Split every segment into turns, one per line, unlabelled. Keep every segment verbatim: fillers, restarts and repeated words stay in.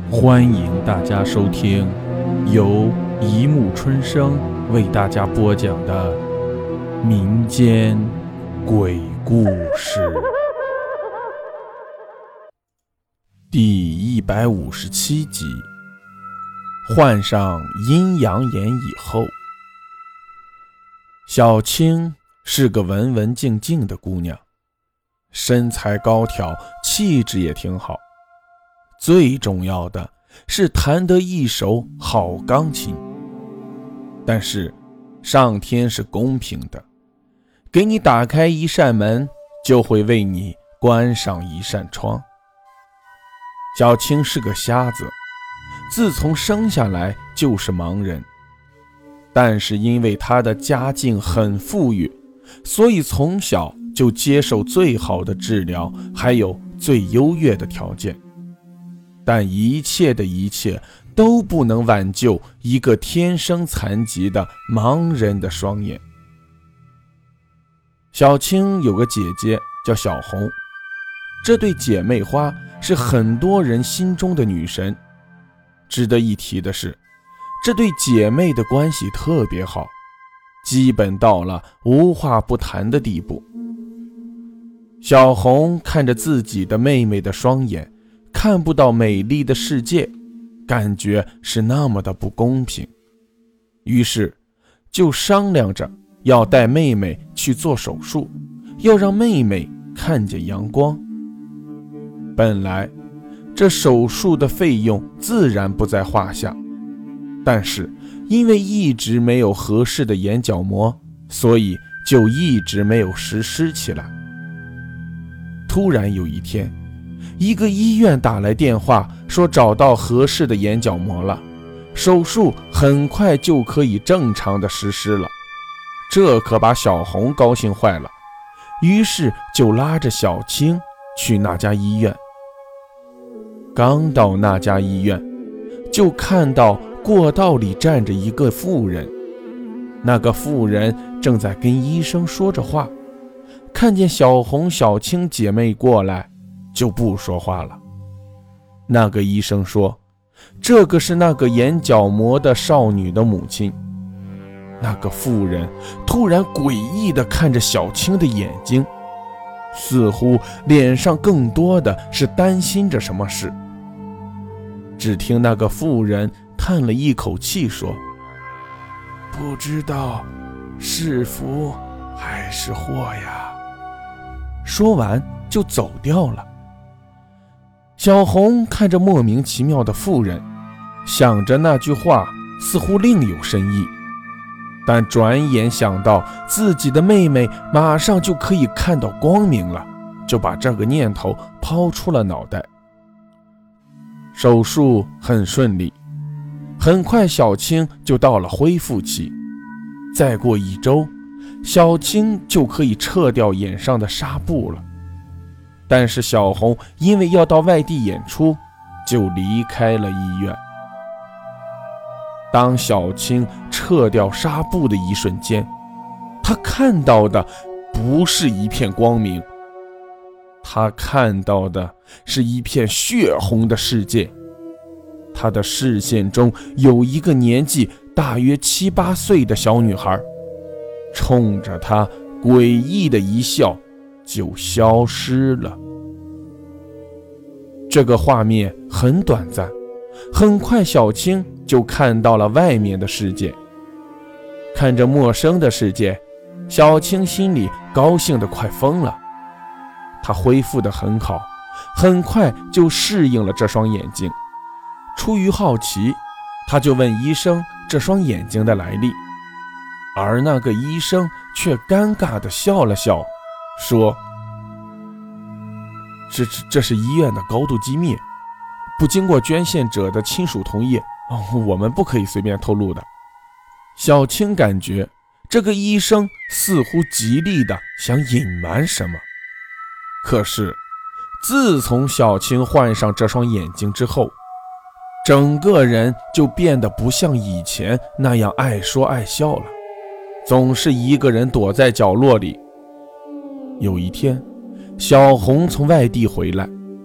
欢迎大家收听由一木春生为大家播讲的民间鬼故事第一百五十七集。患上阴阳眼以后，小青是个文文静静的姑娘，身材高挑，气质也挺好，最重要的是弹得一手好钢琴。但是上天是公平的，给你打开一扇门，就会为你关上一扇窗。小青是个瞎子，自从生下来就是盲人，但是因为她的家境很富裕，所以从小就接受最好的治疗，还有最优越的条件。但一切的一切都不能挽救一个天生残疾的盲人的双眼。小青有个姐姐叫小红，这对姐妹花是很多人心中的女神。值得一提的是，这对姐妹的关系特别好，基本到了无话不谈的地步。小红看着自己的妹妹的双眼，看不到美丽的世界，感觉是那么的不公平，于是就商量着要带妹妹去做手术，要让妹妹看见阳光。本来这手术的费用自然不在话下，但是因为一直没有合适的眼角膜，所以就一直没有实施起来。突然有一天，一个医院打来电话，说找到合适的眼角膜了，手术很快就可以正常的实施了。这可把小红高兴坏了，于是就拉着小青去那家医院。刚到那家医院，就看到过道里站着一个妇人，那个妇人正在跟医生说着话，看见小红、小青姐妹过来，就不说话了。那个医生说，这个是那个眼角膜的少女的母亲。那个妇人突然诡异地看着小青的眼睛，似乎脸上更多的是担心着什么事。只听那个妇人叹了一口气说，不知道是福还是祸呀。说完就走掉了。小红看着莫名其妙的妇人，想着那句话似乎另有深意，但转眼想到自己的妹妹马上就可以看到光明了，就把这个念头抛出了脑袋。手术很顺利，很快小青就到了恢复期，再过一周，小青就可以撤掉眼上的纱布了。但是小红因为要到外地演出，就离开了医院。当小青撤掉纱布的一瞬间，她看到的不是一片光明，她看到的是一片血红的世界。她的视线中有一个年纪大约七八岁的小女孩，冲着她诡异的一笑，就消失了。这个画面很短暂，很快小青就看到了外面的世界。看着陌生的世界，小青心里高兴得快疯了。她恢复得很好，很快就适应了这双眼睛。出于好奇，她就问医生这双眼睛的来历，而那个医生却尴尬地笑了笑，说，这, 这是医院的高度机密，不经过捐献者的亲属同意，哦，我们不可以随便透露的。小青感觉这个医生似乎极力的想隐瞒什么，可是自从小青换上这双眼睛之后，整个人就变得不像以前那样爱说爱笑了，总是一个人躲在角落里。有一天，小红从外地回来，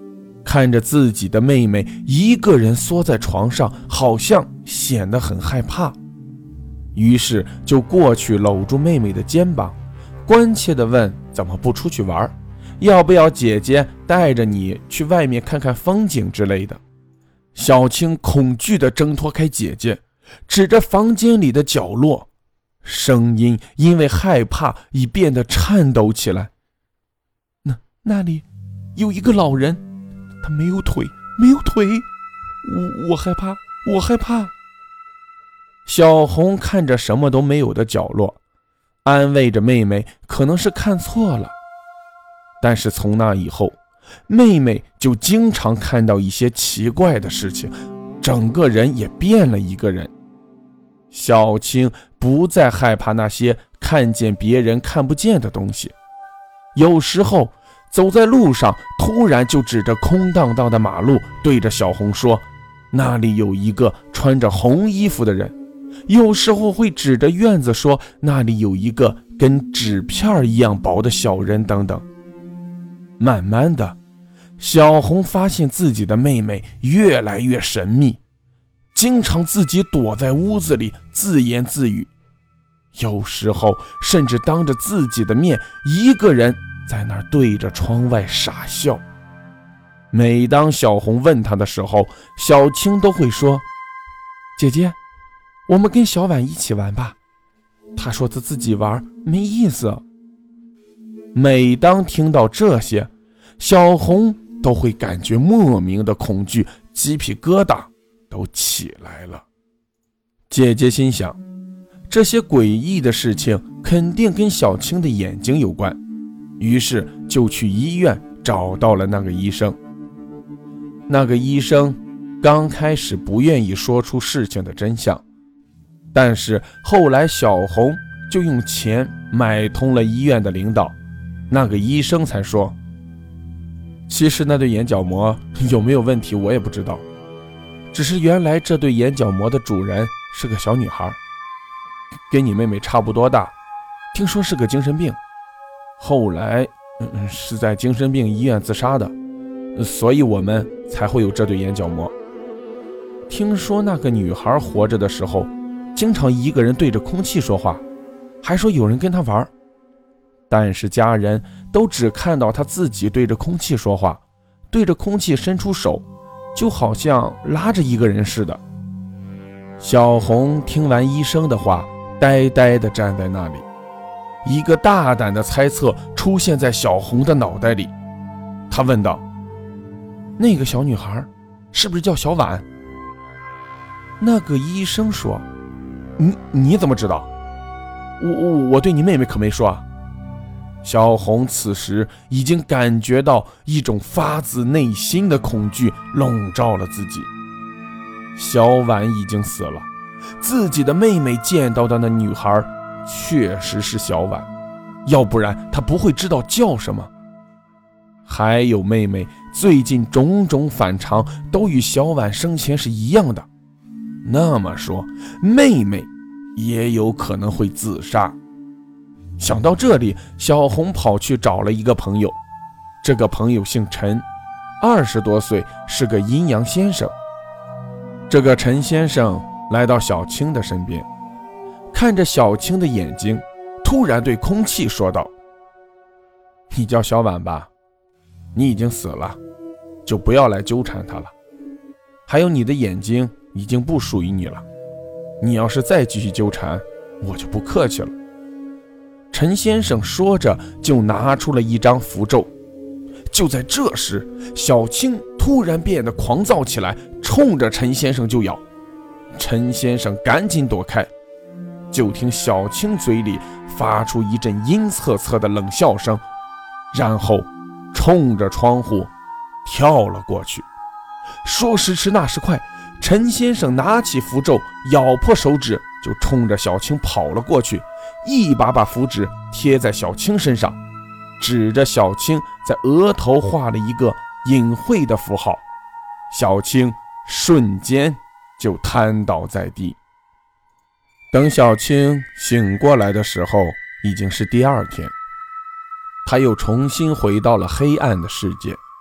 看着自己的妹妹一个人缩在床上，好像显得很害怕，于是就过去搂住妹妹的肩膀，关切地问怎么不出去玩，要不要姐姐带着你去外面看看风景之类的。小青恐惧地挣脱开姐姐，指着房间里的角落，声音因为害怕已变得颤抖起来。那那里有一个老人，他没有腿，没有腿，我我害怕，我害怕。小红看着什么都没有的角落，安慰着妹妹可能是看错了。但是从那以后，妹妹就经常看到一些奇怪的事情，整个人也变了一个人。小青不再害怕那些看见别人看不见的东西，有时候走在路上，突然就指着空荡荡的马路，对着小红说，那里有一个穿着红衣服的人。有时候会指着院子说，那里有一个跟纸片一样薄的小人等等。慢慢的，小红发现自己的妹妹越来越神秘，经常自己躲在屋子里自言自语，有时候甚至当着自己的面一个人在那儿对着窗外傻笑。每当小红问她的时候，小青都会说，姐姐，我们跟小婉一起玩吧，她说她自己玩没意思。每当听到这些，小红都会感觉莫名的恐惧，鸡皮疙瘩都起来了。姐姐心想，这些诡异的事情肯定跟小青的眼睛有关，于是就去医院找到了那个医生。那个医生刚开始不愿意说出事情的真相，但是后来小红就用钱买通了医院的领导，那个医生才说，其实那对眼角膜有没有问题我也不知道，只是原来这对眼角膜的主人是个小女孩，跟你妹妹差不多大，听说是个精神病，后来、嗯、是在精神病医院自杀的，所以我们才会有这对眼角膜。听说那个女孩活着的时候经常一个人对着空气说话，还说有人跟她玩，但是家人都只看到她自己对着空气说话，对着空气伸出手，就好像拉着一个人似的。小红听完医生的话，呆呆地站在那里，一个大胆的猜测出现在小红的脑袋里。她问道，那个小女孩是不是叫小婉？那个医生说，你你怎么知道？我我我对你妹妹可没说啊。小红此时已经感觉到一种发自内心的恐惧笼罩了自己。小婉已经死了，自己的妹妹见到的那女孩确实是小婉，要不然她不会知道叫什么。还有妹妹最近种种反常都与小婉生前是一样的，那么说妹妹也有可能会自杀。想到这里，小红跑去找了一个朋友，这个朋友姓陈，二十多岁，是个阴阳先生。这个陈先生来到小青的身边，看着小青的眼睛，突然对空气说道，你叫小婉吧，你已经死了，就不要来纠缠她了，还有你的眼睛已经不属于你了，你要是再继续纠缠，我就不客气了。陈先生说着就拿出了一张符咒。就在这时，小青突然变得狂躁起来，冲着陈先生就咬。陈先生赶紧躲开，就听小青嘴里发出一阵阴恻恻的冷笑声，然后冲着窗户跳了过去。说时迟那时快，陈先生拿起符咒，咬破手指，就冲着小青跑了过去，一把把符纸贴在小青身上，指着小青在额头画了一个隐晦的符号。小青瞬间就瘫倒在地。等小青醒过来的时候，已经是第二天，她又重新回到了黑暗的世界，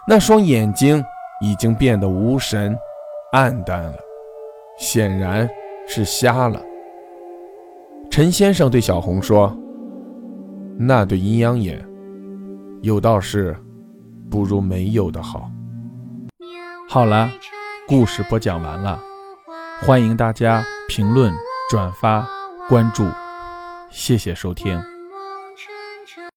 那双眼睛已经变得无神暗淡了，显然是瞎了。陈先生对小红说，那对阴阳眼有道是不如没有的好。
好了，故事播讲完了，欢迎大家评论、转发、关注，谢谢收听。